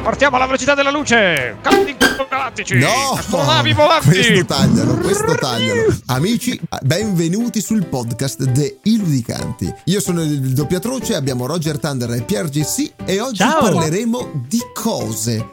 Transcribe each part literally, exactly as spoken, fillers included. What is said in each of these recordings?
Partiamo alla velocità della luce. Caldi galattici. No, astronavi volanti. Questo taglialo, questo taglialo. Amici, benvenuti sul podcast de I Ludicanti. Io sono il doppiatroce, abbiamo Roger Thunder e Pier G C e oggi Ciao. parleremo di cose.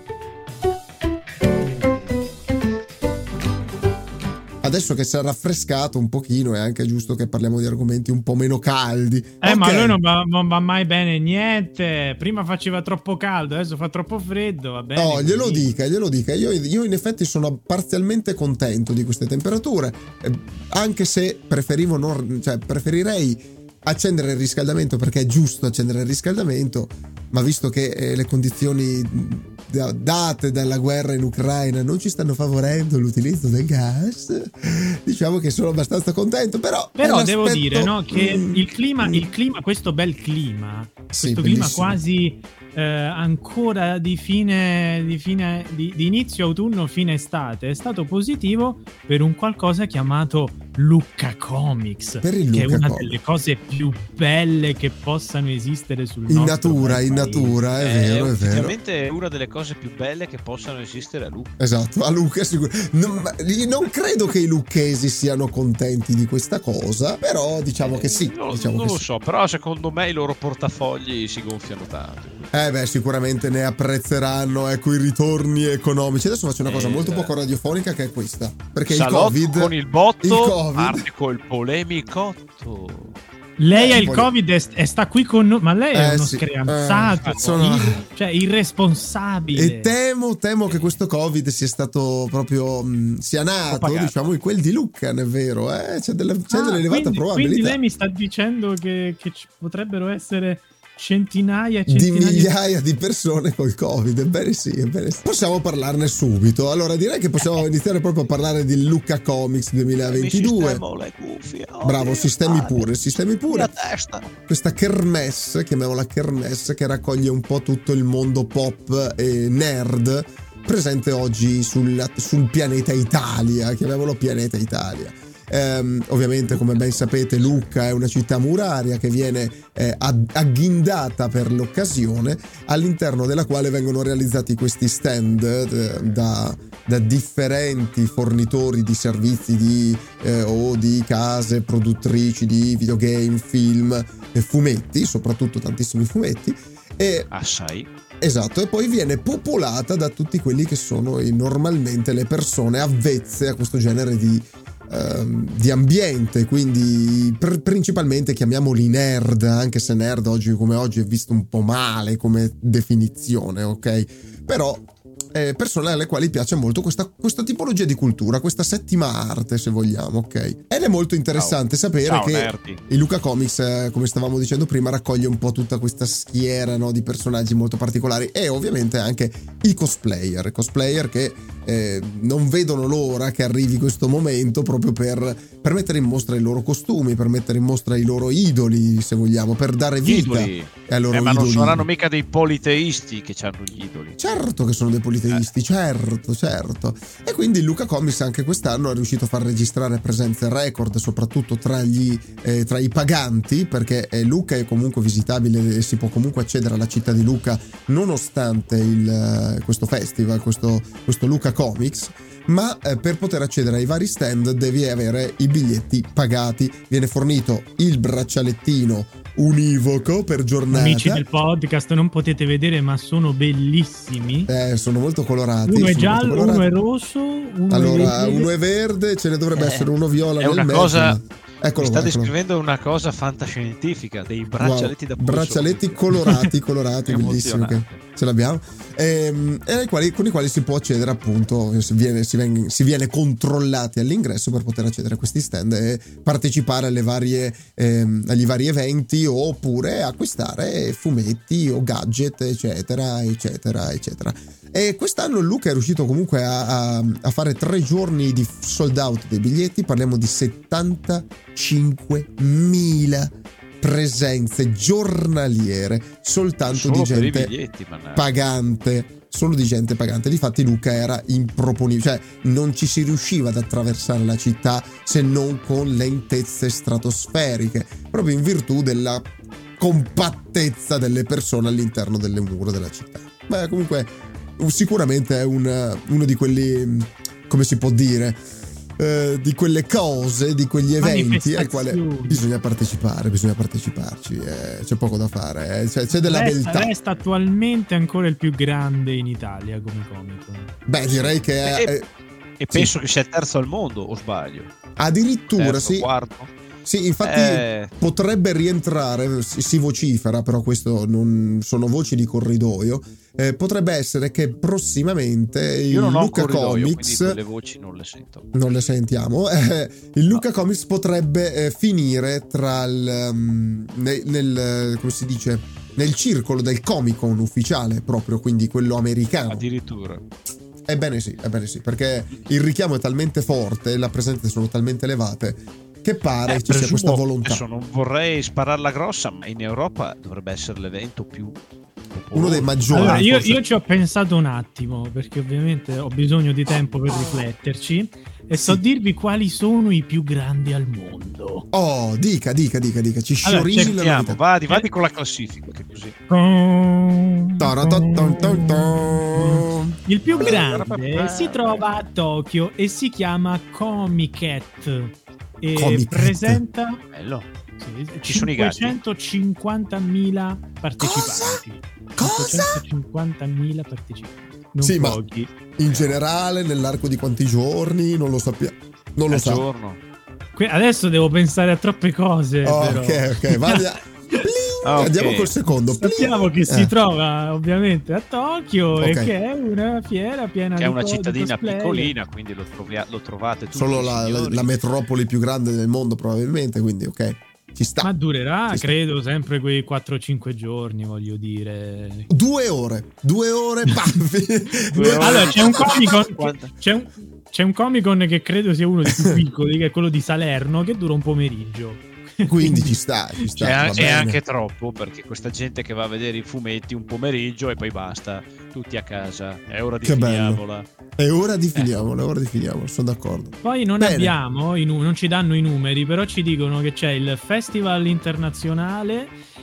Adesso che si è raffrescato un pochino è anche giusto che parliamo di argomenti un po' meno caldi. Eh, Okay. ma a lui non va, non va mai bene niente. Prima faceva troppo caldo, adesso fa troppo freddo, va bene. No, glielo così. dica, glielo dica. Io, io in effetti sono parzialmente contento di queste temperature, eh, anche se preferivo non, cioè preferirei accendere il riscaldamento perché è giusto accendere il riscaldamento, ma visto che eh, le condizioni da- date dalla guerra in Ucraina non ci stanno favorendo l'utilizzo del gas, diciamo che sono abbastanza contento, però Però è devo l'aspetto- dire, no, che mm, il clima, mm, il clima, questo bel clima, sì, questo clima bellissimo. quasi eh, ancora di fine, di fine, di, di inizio autunno, fine estate, è stato positivo per un qualcosa chiamato Lucca Comics, Per il che è Lucca una Comics. delle cose più belle che possano esistere sul in nostro natura, bel in paese. natura, è vero, è vero. effettivamente è una delle cose più belle che possano esistere a Lucca. Esatto, a Lucca sicuro. Non, ma- non credo che i lucchesi siano contenti di questa cosa, però diciamo che sì. Non, Diciamo non che lo sì. so, però secondo me i loro portafogli si gonfiano tanto. Eh beh, sicuramente ne apprezzeranno, ecco, i ritorni economici. Adesso faccio una cosa molto Esatto. poco radiofonica, che è questa. Perché il Salotto Covid... con il botto, il Covid- parte col polemicotto. Lei Eh, ha il poi- Covid e, e sta qui con noi, ma lei è Eh, uno sì. screanzato, Eh, sono- ir- cioè irresponsabile. E temo, temo che questo Covid sia stato proprio... mh, sia nato, Propagato. diciamo, in quel di Lucca, è vero? Eh? C'è, delle, c'è Ah, dell'elevata quindi, probabilità. quindi lei mi sta dicendo che, che ci potrebbero essere centinaia e Di centinaia migliaia di persone col Covid. Ebbene sì, ebbene sì. Possiamo parlarne subito. Allora direi che possiamo iniziare proprio a parlare di Lucca Comics Mi duemilaventidue. sistemo le cuffie. Oh, Bravo, Dio, sistemi male. pure, sistemi pure. La testa. Questa kermesse, chiamiamola kermesse, che raccoglie un po' tutto il mondo pop e nerd presente oggi sul, sul pianeta Italia, chiamiamolo pianeta Italia. Ehm, ovviamente, come ben sapete, Lucca è una città muraria che viene eh, ad- agghindata per l'occasione, all'interno della quale vengono realizzati questi stand eh, da, da differenti fornitori di servizi di, eh, o di case produttrici di videogame, film e fumetti, soprattutto tantissimi fumetti. E Assai. esatto, e poi viene popolata da tutti quelli che sono i- normalmente le persone avvezze a questo genere di, ehm, di ambiente, quindi pr- principalmente chiamiamoli nerd, anche se nerd oggi come oggi è visto un po' male come definizione, ok? Però eh, persone alle quali piace molto questa, questa tipologia di cultura, questa settima arte, se vogliamo, ok? Ed è molto interessante Ciao. sapere Ciao, che nerdi. il Lucca Comics, eh, come stavamo dicendo prima, raccoglie un po' tutta questa schiera, no, di personaggi molto particolari e ovviamente anche i cosplayer, i cosplayer che eh, non vedono l'ora che arrivi questo momento proprio per, per mettere in mostra i loro costumi, per mettere in mostra i loro idoli, se vogliamo, per dare vita Idoli. ai loro Eh, ma non idoli. saranno mica dei politeisti che hanno gli idoli. Certo che sono dei politeisti, certo, certo. E quindi il Lucca Comics anche quest'anno è riuscito a far registrare presenze record, soprattutto tra, gli, eh, tra i paganti, perché eh, Lucca è comunque visitabile e si può comunque accedere alla città di Lucca nonostante il, eh, questo festival, questo, questo Lucca Comics. Ma eh, per poter accedere ai vari stand devi avere i biglietti pagati. Viene fornito il braccialettino univoco per giornata. Amici del podcast, non potete vedere, ma sono bellissimi. Eh, sono molto colorati. Uno è sono molto giallo, colorati. uno è rosso, uno Allora, è verde. uno è verde, ce ne dovrebbe Eh, essere uno viola è nel una mezzo. cosa- ma- Eccolo Mi sta qua, eccolo. descrivendo una cosa fantascientifica, dei Wow, braccialetti da polso. braccialetti colorati, colorati, bellissimi, che Emozionante. ce l'abbiamo. Ehm, E, ai quali- con i quali si può accedere, appunto, si viene, si veng- si viene controllati all'ingresso per poter accedere a questi stand e partecipare alle varie, ehm, agli vari eventi, oppure acquistare fumetti o gadget, eccetera, eccetera, eccetera. E quest'anno Luca è riuscito comunque a, a, a fare tre giorni di sold out dei biglietti. Parliamo di settantacinquemila presenze giornaliere soltanto Solo di per i gente biglietti, mannaggia. pagante, solo di gente pagante. Difatti Luca era improponibile, cioè non ci si riusciva ad attraversare la città se non con lentezze stratosferiche, proprio in virtù della compattezza delle persone all'interno delle mura della città. Beh, comunque sicuramente è un, uno di quelli, come si può dire, eh, di quelle cose, di quegli eventi al quale bisogna partecipare, bisogna parteciparci, eh, c'è poco da fare, eh. c'è, c'è della resta, beltà. Resta attualmente ancora il più grande in Italia come Comic Con. Beh, direi che è, e, è, e penso sì. che sia il terzo al mondo, o sbaglio? Addirittura, terzo, sì. Quarto? Sì, infatti eh... potrebbe rientrare, si, si vocifera, però questo non sono voci di corridoio, eh, potrebbe essere che prossimamente Io il non Lucca ho un corridoio, Comics, quindi le voci non le sento. Non le sentiamo, eh, il Lucca no. Comics potrebbe eh, finire tra il, um, nel, nel, come si dice, nel circolo del Comic Con ufficiale proprio, quindi quello americano. Addirittura. Ebbene sì, ebbene sì, perché il richiamo è talmente forte, le presenze sono talmente elevate che pare eh, ci sia questa volontà. Adesso non vorrei spararla grossa, ma in Europa dovrebbe essere l'evento più popoloso. Uno dei maggiori. Allora, io, io ci ho pensato un attimo, perché ovviamente ho bisogno di tempo per rifletterci e so sì. dirvi quali sono i più grandi al mondo. Oh, dica, dica, dica, dica. Ci allora, sciorigi la novità. Vadi, vadi con la classifica, che così. Il più grande si trova a Tokyo e si chiama Comiket e Comiket. presenta Bello. sì, Ci sono i gatti. cinquecentocinquantamila partecipanti. Cosa? cinquecentocinquantamila partecipanti. Non sì, pochi. Ma in generale, nell'arco di quanti giorni? Non lo sappiamo. Non lo Al so. giorno. Que- adesso devo pensare a troppe cose. Oh, però. ok, ok. Vadi a... Okay. Andiamo col secondo. Sappiamo che eh. si trova ovviamente a Tokyo Okay. e che è una fiera piena Che di è una co- cittadina di cosplayer. piccolina, quindi lo, trovi- lo trovate tutti. Solo la, la, signori. la metropoli più grande del mondo probabilmente, quindi ok, ci sta. Ma durerà, Ci sta. credo, sempre quei quattro cinque giorni, voglio dire. Due ore, due ore, baffi. Due ore. Allora, c'è un Comic Con cinquanta. c'è un, c'è un Comic Con che credo sia uno dei più piccoli, che è quello di Salerno, che dura un pomeriggio. Quindi ci sta, ci sta. C'è, va an- è bene. anche troppo, perché questa gente che va a vedere i fumetti un pomeriggio e poi basta, tutti a casa. È ora di Che bello. finiamola. È ora di finiamola, è ora di finiamola, sono d'accordo. Poi non Bene. abbiamo, i nu- non ci danno i numeri, però ci dicono che c'è il Festival internazionale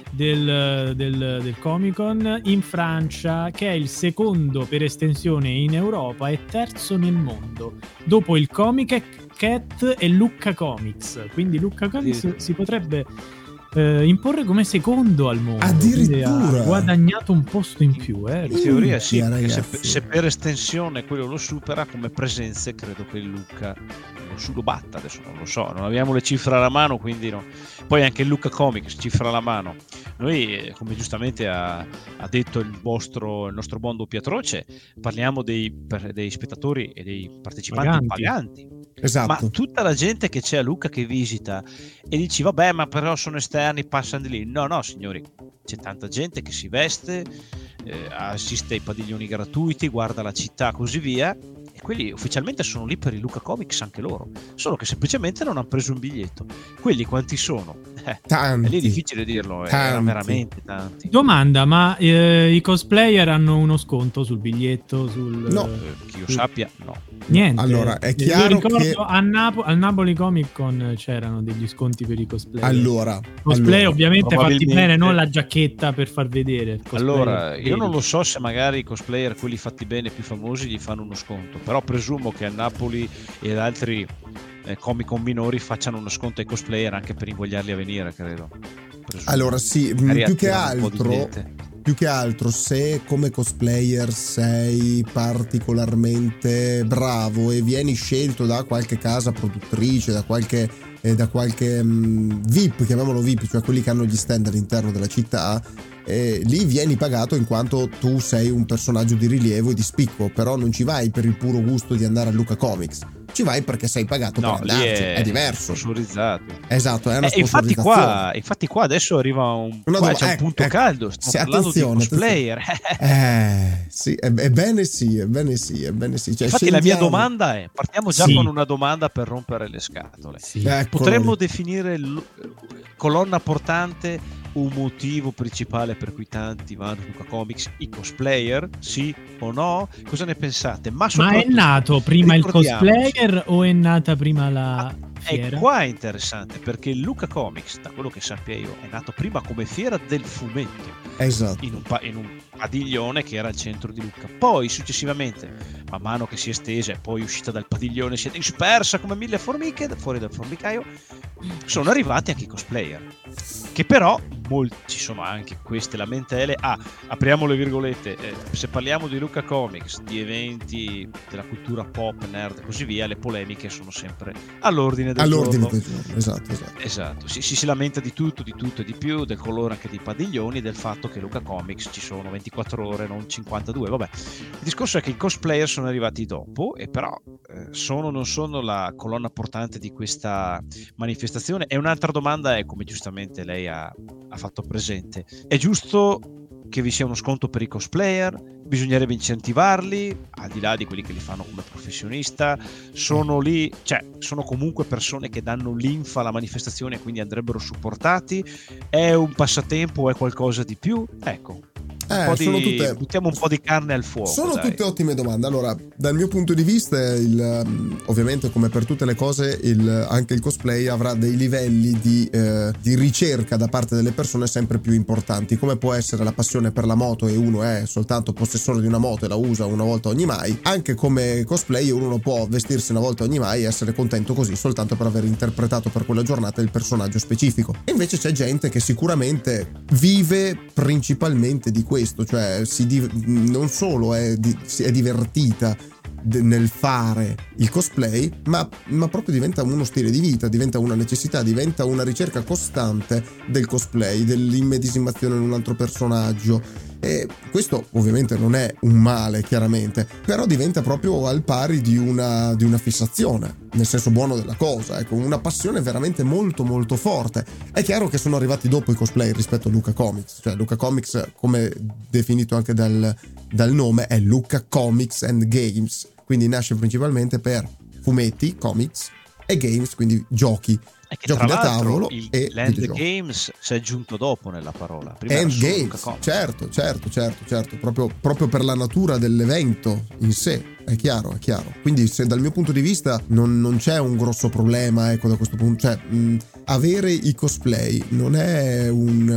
del, del, del Comic Con in Francia, che è il secondo per estensione in Europa e terzo nel mondo, dopo il Comic Cat e Lucca Comics. Quindi Lucca Comics Addirittura. si potrebbe eh, imporre come secondo al mondo. Addirittura. Quindi ha guadagnato un posto in più, eh. In teoria sì, Minchia, perché se, ragazzi. se per estensione quello lo supera come presenze, credo che il Lucca lo, su- lo batta, adesso non lo so, non abbiamo le cifre alla mano, quindi no. Poi anche il Lucca Comics, cifra alla mano. Noi, eh, come giustamente ha, ha detto il vostro il nostro buon doppiatroce, parliamo dei, per, dei spettatori e dei partecipanti Paganti. paganti. Esatto. Ma tutta la gente che c'è a Lucca che visita e dici vabbè, ma però sono esterni, passano di lì. No, no, signori, c'è tanta gente che si veste, eh, assiste ai padiglioni gratuiti, guarda la città, così via. E quelli ufficialmente sono lì per il Lucca Comics anche loro, solo che semplicemente non hanno preso un biglietto. Quelli quanti sono? Eh, Tanti. è lì difficile dirlo, erano veramente tanti. Domanda, ma eh, i cosplayer hanno uno sconto sul biglietto? Sul, No. Eh, che io sappia, no. Niente. Allora, è Io chiaro ricordo che- a Napo- al Napoli Comic Con c'erano degli sconti per i cosplayer. Allora, Cosplay allora, ovviamente fatti probabilmente- bene, non la giacchetta per far vedere. il cosplayer Allora, io veri. non lo so se magari i cosplayer, quelli fatti bene, più famosi, gli fanno uno sconto, però presumo che a Napoli e ad altri eh, Comic Con minori facciano uno sconto ai cosplayer anche per invogliarli a venire, credo. Presumo. allora sì, mh, Magari più che attirano un po' di altro gente. più che altro se come cosplayer sei particolarmente bravo e vieni scelto da qualche casa produttrice, da qualche eh, da qualche mh, V I P, chiamiamolo V I P, cioè quelli che hanno gli stand all'interno della città, eh, lì vieni pagato in quanto tu sei un personaggio di rilievo e di spicco, però non ci vai per il puro gusto di andare a Lucca Comics, ci vai perché sei pagato No, per lì andarci, è, è diverso. sponsorizzato. Esatto, è una Eh, infatti, sponsorizzazione. qua, infatti qua adesso arriva un, Una qua doma- c'è un ecco, punto ecco. caldo, Sì, stiamo parlando di attenzione, cosplayer. Eh, sì, è- ebbene sì, ebbene sì, ebbene sì. Cioè, Infatti la mia scendiamo- domanda è, partiamo già Sì. con una domanda per rompere le scatole. Sì. Eccolo Potremmo lì. definire l- colonna portante un motivo principale per cui tanti vanno a Lucca Comics, i cosplayer, sì o no? Cosa ne pensate? Ma, Ma è soprattutto, nato prima il ricordiamoci- cosplayer o è nata prima la fiera. E qua è interessante perché il Lucca Comics, da quello che sappia io, è nato prima come fiera del fumetto. Esatto. In un, pa- in un padiglione che era al centro di Lucca. Poi successivamente, man mano che si è estesa e poi uscita dal padiglione, si è dispersa come mille formiche fuori dal formicaio, sono arrivati anche i cosplayer, che però molti, ci sono anche queste lamentele. Ah, apriamo le virgolette, eh, se parliamo di Lucca Comics, di eventi della cultura pop, nerd e così via, le polemiche sono sempre all'ordine del all'ordine giorno. del giorno. Esatto, esatto. Esatto, si, si, si lamenta di tutto, di tutto e di più, del colore anche dei padiglioni, del fatto che Lucca Comics ci sono ventiquattro ore, non cinquantadue. Vabbè, il discorso è che i cosplayer sono arrivati dopo, e però eh, sono non sono la colonna portante di questa manifestazione. E un'altra domanda è, come giustamente lei ha, ha fatto presente, è giusto che vi sia uno sconto per i cosplayer? Bisognerebbe incentivarli, al di là di quelli che li fanno come professionista? Sono lì, cioè sono comunque persone che danno linfa alla manifestazione e quindi andrebbero supportati? È un passatempo o è qualcosa di più? Ecco, un Eh, po' sono di, tutte, buttiamo un po' di carne al fuoco. sono dai. tutte ottime domande. Allora, dal mio punto di vista, il, um, ovviamente come per tutte le cose, il, anche il cosplay avrà dei livelli di, eh, di ricerca da parte delle persone sempre più importanti, come può essere la passione per la moto, e uno è soltanto possessore di una moto e la usa una volta ogni mai. Anche come cosplay uno non può vestirsi una volta ogni mai e essere contento così soltanto per aver interpretato per quella giornata il personaggio specifico. E invece c'è gente che sicuramente vive principalmente di questo, cioè si div- non solo è, di- si è divertita de- nel fare il cosplay, ma, ma proprio diventa uno stile di vita, diventa una necessità, diventa una ricerca costante del cosplay, dell'immedesimazione in un altro personaggio. E questo ovviamente non è un male, chiaramente, però diventa proprio al pari di una, di una fissazione, nel senso buono della cosa, ecco, una passione veramente molto molto forte. È chiaro che sono arrivati dopo i cosplay rispetto a Lucca Comics, cioè Lucca Comics, come definito anche dal, dal nome, è Lucca Comics and Games, quindi nasce principalmente per fumetti, comics, e games, quindi giochi. È che Giochi tra da l'altro tavolo il e Land videogiochi. Games si è aggiunto dopo nella parola. Prima End era solo Games, Lucca Comics. certo, certo, certo, certo, proprio, proprio per la natura dell'evento in sé, è chiaro, è chiaro. Quindi se dal mio punto di vista non, non c'è un grosso problema, ecco, da questo punto, cioè mh, avere i cosplay non è un,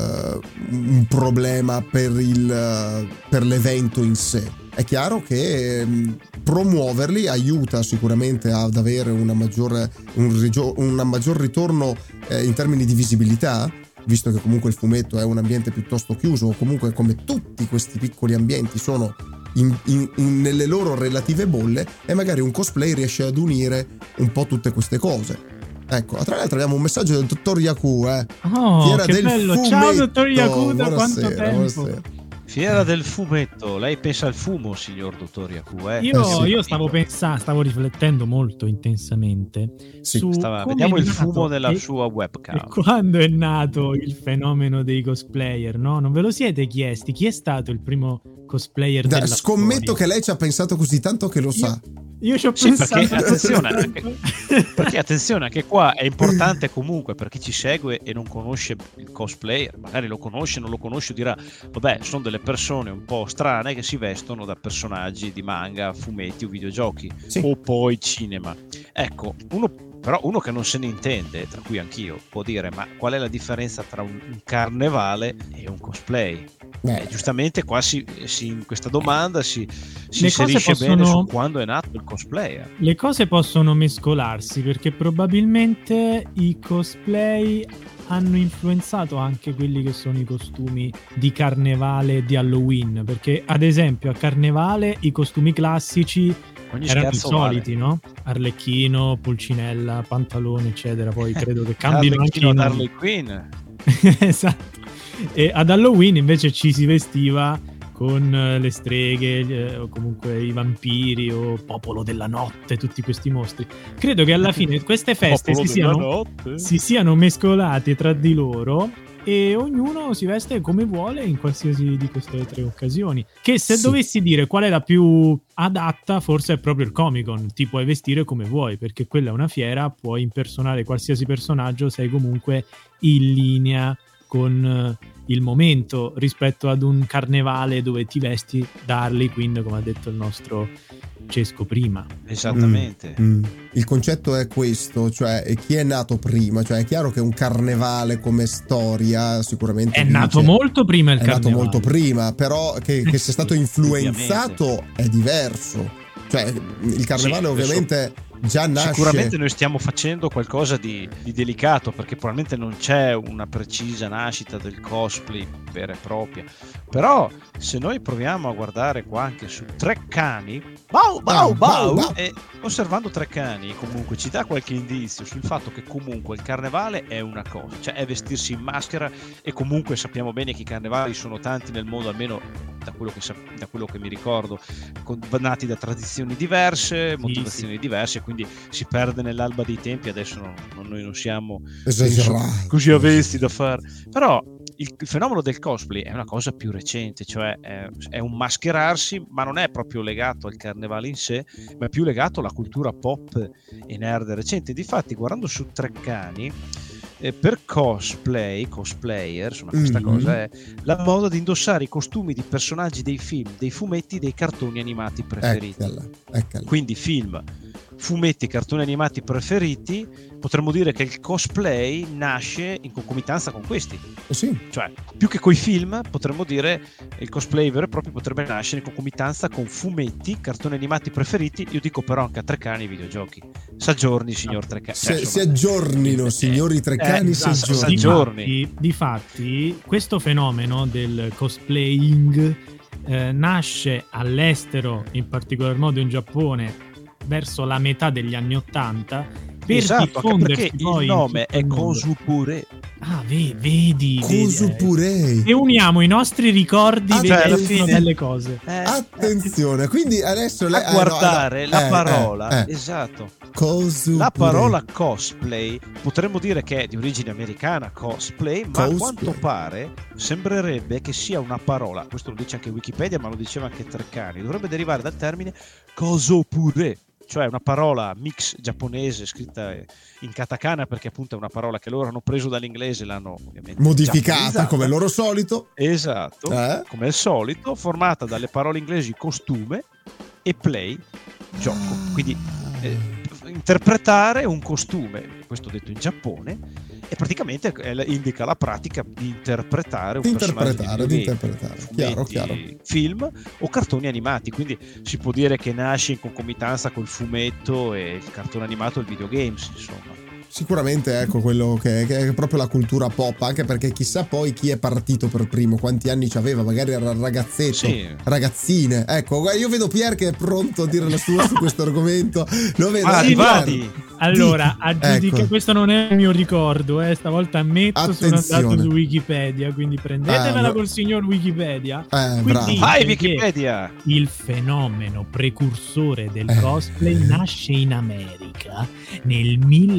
uh, un problema per, il, uh, per l'evento in sé. È chiaro che mh, promuoverli aiuta sicuramente ad avere una maggiore, un, rigio, un maggior ritorno eh, in termini di visibilità, visto che comunque il fumetto è un ambiente piuttosto chiuso, o comunque come tutti questi piccoli ambienti sono in, in, in, nelle loro relative bolle, e magari un cosplay riesce ad unire un po' tutte queste cose. Ecco, tra l'altro abbiamo un messaggio del dottor Yaku, eh. Oh, Fiera che del bello! fumetto. Ciao dottor Yaku, da quanto Buonasera, tempo! buonasera. Fiera del fumetto, lei pensa al fumo, signor dottor Yaku, eh? Io, Eh sì. io stavo pensando, stavo riflettendo molto intensamente Sì, su Stava- come vediamo è il nato fumo nella e- sua e webcam. quando è nato il fenomeno dei cosplayer, no? Non ve lo siete chiesti? Chi è stato il primo cosplayer Da- della scommetto storia? che lei ci ha pensato così tanto che lo sa. Io ci ho Sì, pensato perché attenzione, così anche, tanto. perché attenzione, anche qua è importante comunque per chi ci segue e non conosce il cosplayer, magari lo conosce, non lo conosce, dirà vabbè, sono delle persone un po' strane che si vestono da personaggi di manga, fumetti o videogiochi, Sì. o poi cinema. Ecco, uno però uno che non se ne intende, tra cui anch'io, può dire ma qual è la differenza tra un, un carnevale e un cosplay? Beh, Eh, giustamente qua si, si- in questa domanda si, si Le cose inserisce possono- bene su quando è nato il cosplayer. Le cose possono mescolarsi perché probabilmente i cosplay hanno influenzato anche quelli che sono i costumi di carnevale e di Halloween, perché ad esempio a carnevale i costumi classici Ogni erano i scherzo soliti, vale. no? Arlecchino, pulcinella, pantalone, eccetera. Poi credo che cambino anche Arlecchino i ad nomi. Harley Quinn. Esatto. E ad Halloween invece ci si vestiva con eh, le streghe eh, o comunque i vampiri o Popolo della Notte, tutti questi mostri. Credo che alla fine queste feste Popolo si della siano, notte. si siano mescolate tra di loro e ognuno si veste come vuole in qualsiasi di queste tre occasioni. Che se Sì. dovessi dire qual è la più adatta, forse è proprio il Comic-Con. Ti puoi vestire come vuoi, perché quella è una fiera, puoi impersonare qualsiasi personaggio, sei comunque in linea con eh, il momento rispetto ad un carnevale dove ti vesti da Harley Quinn, come ha detto il nostro Francesco prima. Esattamente. Mm, mm. Il concetto è questo, cioè chi è nato prima, cioè è chiaro che un carnevale come storia sicuramente è dice, nato molto prima il è carnevale. nato molto prima, però che, che sia stato influenzato ovviamente è diverso, cioè il carnevale sì, ovviamente già nasce. Sicuramente noi stiamo facendo qualcosa di, di delicato, perché probabilmente non c'è una precisa nascita del cosplay vera e propria, però se noi proviamo a guardare qua anche su Treccani, bau bau bau, bau, e osservando Treccani comunque ci dà qualche indizio sul fatto che comunque il carnevale è una cosa, cioè è vestirsi in maschera, e comunque sappiamo bene che i carnevali sono tanti nel mondo, almeno da quello che, da quello che mi ricordo, con, nati da tradizioni diverse, motivazioni sì, sì. diverse, quindi si perde nell'alba dei tempi. Adesso non, non, noi non siamo penso, così avesti da fare, però il, il fenomeno del cosplay è una cosa più recente, cioè è, è un mascherarsi, ma non è proprio legato al carnevale in sé, ma è più legato alla cultura pop e nerd recente. Difatti, guardando su Treccani, eh, per cosplay, cosplayer, insomma, questa mm-hmm. cosa è la moda di indossare i costumi di personaggi dei film, dei fumetti, dei cartoni animati preferiti. Eccola, eccola. Quindi film, fumetti, cartoni animati preferiti. Potremmo dire che il cosplay nasce in concomitanza con questi. Oh sì. Cioè, più che coi film, potremmo dire il cosplay vero e proprio potrebbe nascere in concomitanza con fumetti, cartoni animati preferiti. Io dico però anche a Treccani i videogiochi. S'aggiorni, signor Treccani. Se, cioè, si aggiornino, eh, signori Treccani, eh, si esatto, aggiorni. Difatti, questo fenomeno del cosplaying eh, nasce all'estero, in particolar modo in Giappone, verso la metà degli anni ottanta. Per esatto, anche perché il nome è Cosupure. Ah, vedi, Cosupure. E uniamo i nostri ricordi ah, cioè, alla fine delle cose. Eh, Attenzione, quindi adesso lei a guardare eh, no, la eh, parola, eh, eh. esatto. Cosupure. La parola cosplay potremmo dire che è di origine americana, cosplay, ma cosplay. A quanto pare sembrerebbe che sia una parola, questo lo dice anche Wikipedia, ma lo diceva anche Treccani, dovrebbe derivare dal termine Cosupure, cioè una parola mix giapponese scritta in katakana, perché appunto è una parola che loro hanno preso dall'inglese e l'hanno ovviamente modificata come loro solito. Esatto, eh? come al solito, formata dalle parole inglesi costume e play, gioco. Quindi eh, interpretare un costume, questo detto in Giappone, e praticamente indica la pratica di interpretare un interpretare, personaggio di interpretare, fumetti, chiaro, chiaro. film o cartoni animati. Quindi si può dire che nasce in concomitanza col fumetto e il cartone animato e il videogames, insomma. Sicuramente, ecco, quello che, che è proprio la cultura pop, anche perché chissà poi chi è partito per primo, quanti anni ci aveva, magari era ragazzetto, sì. ragazzine. Ecco, io vedo Pier che è pronto a dire la sua su questo argomento. Lo vedo. Vadi, vadi. Allora, a giudica, ecco. Questo non è il mio ricordo, eh. Stavolta ammetto, attenzione. Sono andato su Wikipedia, quindi prendetevela eh, no. col signor Wikipedia. Eh, bravo. Vai Wikipedia! Il fenomeno precursore del eh. cosplay nasce in America nel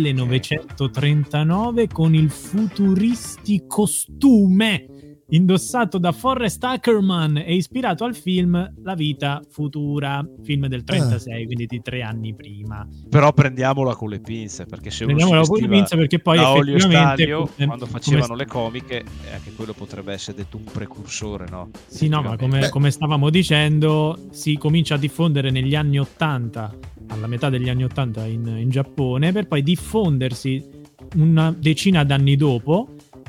millenovecentotrentanove con il futuristi costume indossato da Forrest Ackerman e ispirato al film La vita futura, film del trentasei, eh. quindi di tre anni prima. Però prendiamola con le pinze, perché se uno prendiamola con le pinze perché poi effettivamente Staglio, quando facevano come... le comiche, anche quello potrebbe essere detto un precursore, no? Sì, no, ma come, come stavamo dicendo, si comincia a diffondere negli anni ottanta, alla metà degli anni ottanta in, in Giappone, per poi diffondersi una decina d'anni dopo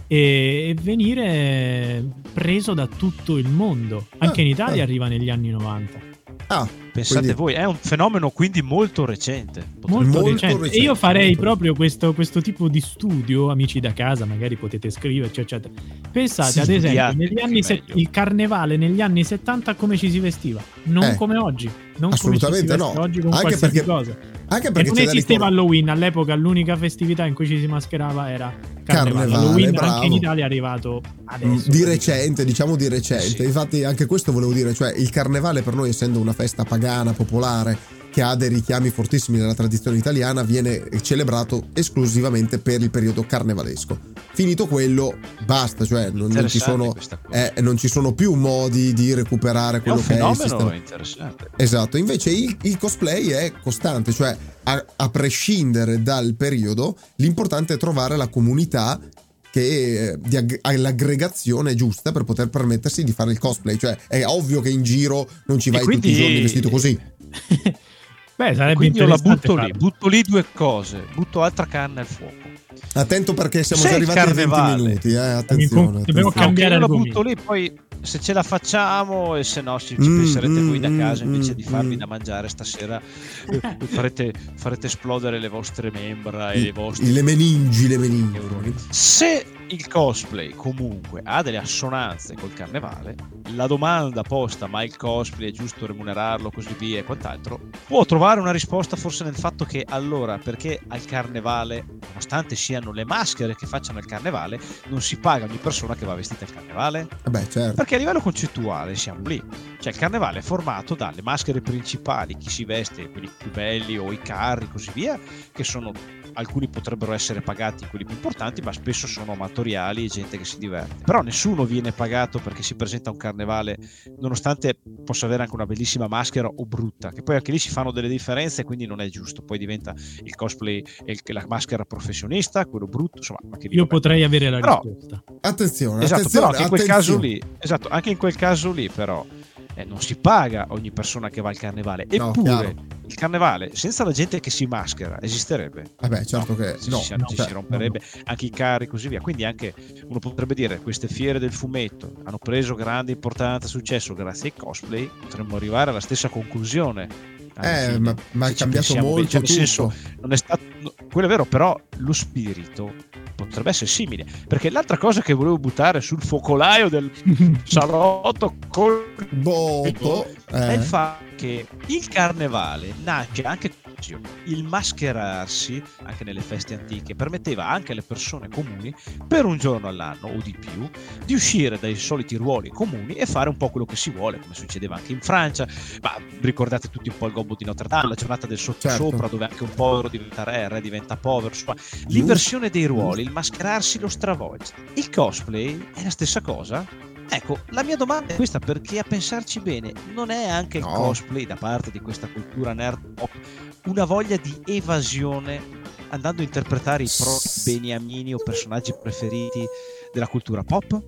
e venire preso da tutto il mondo. Anche ah, in Italia ah. arriva negli anni novanta. Ah, pensate quindi... voi, è un fenomeno quindi molto recente. Molto, molto recente. recente. E io farei proprio questo, questo tipo di studio, amici da casa, magari potete scriverci, eccetera. Pensate, sì, ad esempio, negli anni se- il carnevale negli anni settanta come ci si vestiva, non eh. come oggi. Non assolutamente come no. Oggi con anche perché, cosa. Anche perché e non esisteva ricordo... Halloween all'epoca, l'unica festività in cui ci si mascherava era carnevale. carnevale Halloween bravo. Anche in Italia è arrivato adesso. Di recente, diciamo di recente. Sì. Infatti anche questo volevo dire, cioè il carnevale per noi, essendo una festa pagana, popolare, che ha dei richiami fortissimi nella tradizione italiana, viene celebrato esclusivamente per il periodo carnevalesco. Finito quello, basta, cioè non, non ci sono eh, non ci sono più modi di recuperare quello che è il sistema. Interessante. Esatto, invece il, il cosplay è costante, cioè a, a prescindere dal periodo, l'importante è trovare la comunità che di ag- l'aggregazione giusta per poter permettersi di fare il cosplay. Cioè è ovvio che in giro non ci vai quindi... tutti i giorni vestito così. Beh, sarebbe quindi io la interessante butto lì, farlo. butto lì due cose, butto altra carne al fuoco. Attento perché siamo Se già il arrivati ai venti carnevale- minuti, eh, attenzione. Dobbiamo attenzione. cambiare io la argomento. butto lì, poi se ce la facciamo, e se no ci, ci Mm, penserete mm, voi da casa mm, invece di farvi mm. da mangiare stasera, eh, farete, farete esplodere le vostre membra e I- le vostre le meningi, le meningi. neuroni. Se il cosplay comunque ha delle assonanze col carnevale, la domanda posta ma il cosplay è giusto remunerarlo, così via e quant'altro, può trovare una risposta forse nel fatto che allora perché al carnevale, nonostante siano le maschere che facciano il carnevale, non si paga ogni persona che va vestita al carnevale? Vabbè, certo. Perché a livello concettuale siamo lì, cioè il carnevale è formato dalle maschere principali, chi si veste, quelli più belli o i carri così via, che sono, alcuni potrebbero essere pagati, quelli più importanti, ma spesso sono amatoriali e gente che si diverte. Però nessuno viene pagato perché si presenta a un carnevale, nonostante possa avere anche una bellissima maschera o brutta, che poi anche lì si fanno delle differenze, quindi non è giusto. Poi diventa il cosplay e la maschera professionista, quello brutto, insomma, ma che lì, Io vabbè. potrei avere la Però- risposta. Attenzione, Esatto, attenzione, però anche in quel caso attenzione. lì, esatto, anche in quel caso lì però eh, non si paga ogni persona che va al carnevale. No, Eppure chiaro. il carnevale senza la gente che si maschera esisterebbe? Vabbè, certo che Ci, no, si, no, ci cioè, si romperebbe anche i carri e così via. Quindi anche uno potrebbe dire queste fiere del fumetto hanno preso grande importanza, successo grazie ai cosplay, potremmo arrivare alla stessa conclusione. alla Eh, fine, ma, ma se è ci cambiato pensiamo bene. molto Cioè, nel tutto. senso, non è stato no, quello è vero, però lo spirito potrebbe essere simile, perché l'altra cosa che volevo buttare sul focolaio del salotto col Dopo, è eh, il fatto che il carnevale nasce anche il mascherarsi anche nelle feste antiche permetteva anche alle persone comuni per un giorno all'anno o di più di uscire dai soliti ruoli comuni e fare un po' quello che si vuole, come succedeva anche in Francia. Ma ricordate tutti un po' il gobbo di Notre Dame, la giornata del sottosopra, Certo. dove anche un povero diventa re, il re diventa povero, insomma, l'inversione dei ruoli, il mascherarsi lo stravolge. Il cosplay è la stessa cosa? Ecco, la mia domanda è questa, perché a pensarci bene, non è anche il No. cosplay da parte di questa cultura nerd pop una voglia di evasione andando a interpretare i propri beniamini o personaggi preferiti della cultura pop?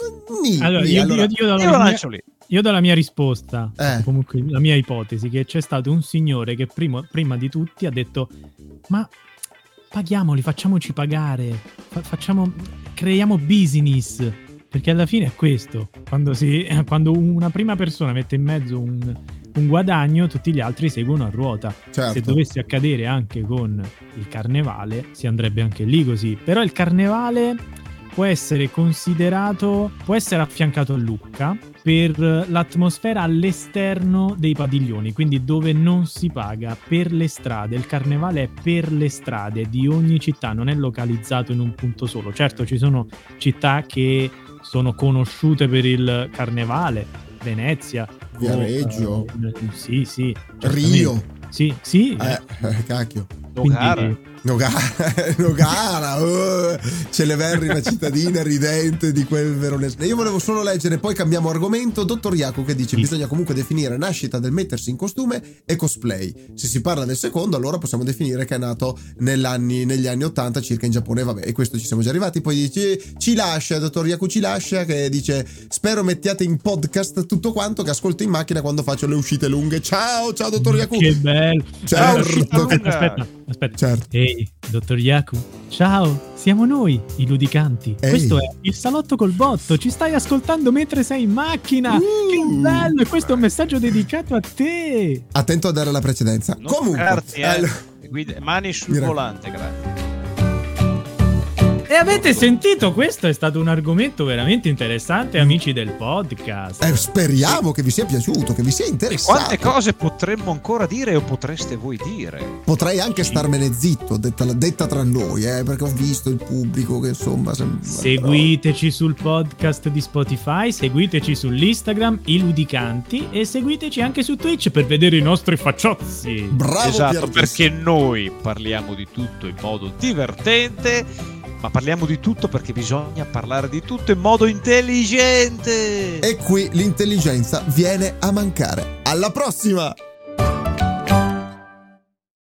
Nì, Allora, nì, io, allora- io- io do la Io lo mia- lancio lì. io do la mia risposta, Eh. comunque la mia ipotesi, che c'è stato un signore che prima, prima di tutti ha detto ma paghiamoli, facciamoci pagare, fa- facciamo, creiamo business, perché alla fine è questo, quando, si, quando una prima persona mette in mezzo un, un guadagno, tutti gli altri seguono a ruota. certo. Se dovesse accadere anche con il carnevale, si andrebbe anche lì così. Però il carnevale può essere considerato, può essere affiancato a Lucca per l'atmosfera all'esterno dei padiglioni, quindi dove non si paga, per le strade. Il carnevale è per le strade di ogni città, non è localizzato in un punto solo. Certo, ci sono città che sono conosciute per il carnevale, Venezia, Viareggio, eh, sì, sì, Rio, sì, sì, eh, eh, cacchio. Nogara. Nogara, Nogara, oh, Celeberrima cittadina ridente di quel veronese. Io volevo solo leggere, poi cambiamo argomento. Dottor Iaco che dice: Sì. bisogna comunque definire nascita del mettersi in costume e cosplay. Se si parla del secondo, allora possiamo definire che è nato nell'anni, negli anni ottanta circa in Giappone. Vabbè, e questo ci siamo già arrivati. Poi dice, ci lascia, dottor Iaco ci lascia, che dice: spero mettiate in podcast tutto quanto che ascolto in macchina quando faccio le uscite lunghe. Ciao, ciao dottor Iaco. Che bello. Certo. uscita lunga. Aspetta, aspetta, aspetta. Certo. Ehi, dottor Yaku, ciao, siamo noi, i ludicanti. Ehi. Questo è il salotto col botto, ci stai ascoltando mentre sei in macchina. Uh. Che bello, e questo è un messaggio dedicato a te. Attento a dare la precedenza. Non Comunque, toccarti, eh. allora- Guida- mani sul Mi rac- volante, grazie. E avete sentito? Questo è stato un argomento veramente interessante, amici del podcast. eh, speriamo che vi sia piaciuto, che vi sia E interessato. quante cose potremmo ancora dire o potreste voi dire? Potrei anche starmene zitto, detta, detta tra noi, eh, perché ho visto il pubblico che insomma sembra... Seguiteci sul podcast di Spotify, seguiteci sull'Instagram, i ludicanti, e seguiteci anche su Twitch per vedere i nostri facciozzi. Bravo Esatto, Pierluigi. perché noi parliamo di tutto in modo divertente, ma parliamo di tutto perché bisogna parlare di tutto in modo intelligente. E qui l'intelligenza viene a mancare. Alla prossima!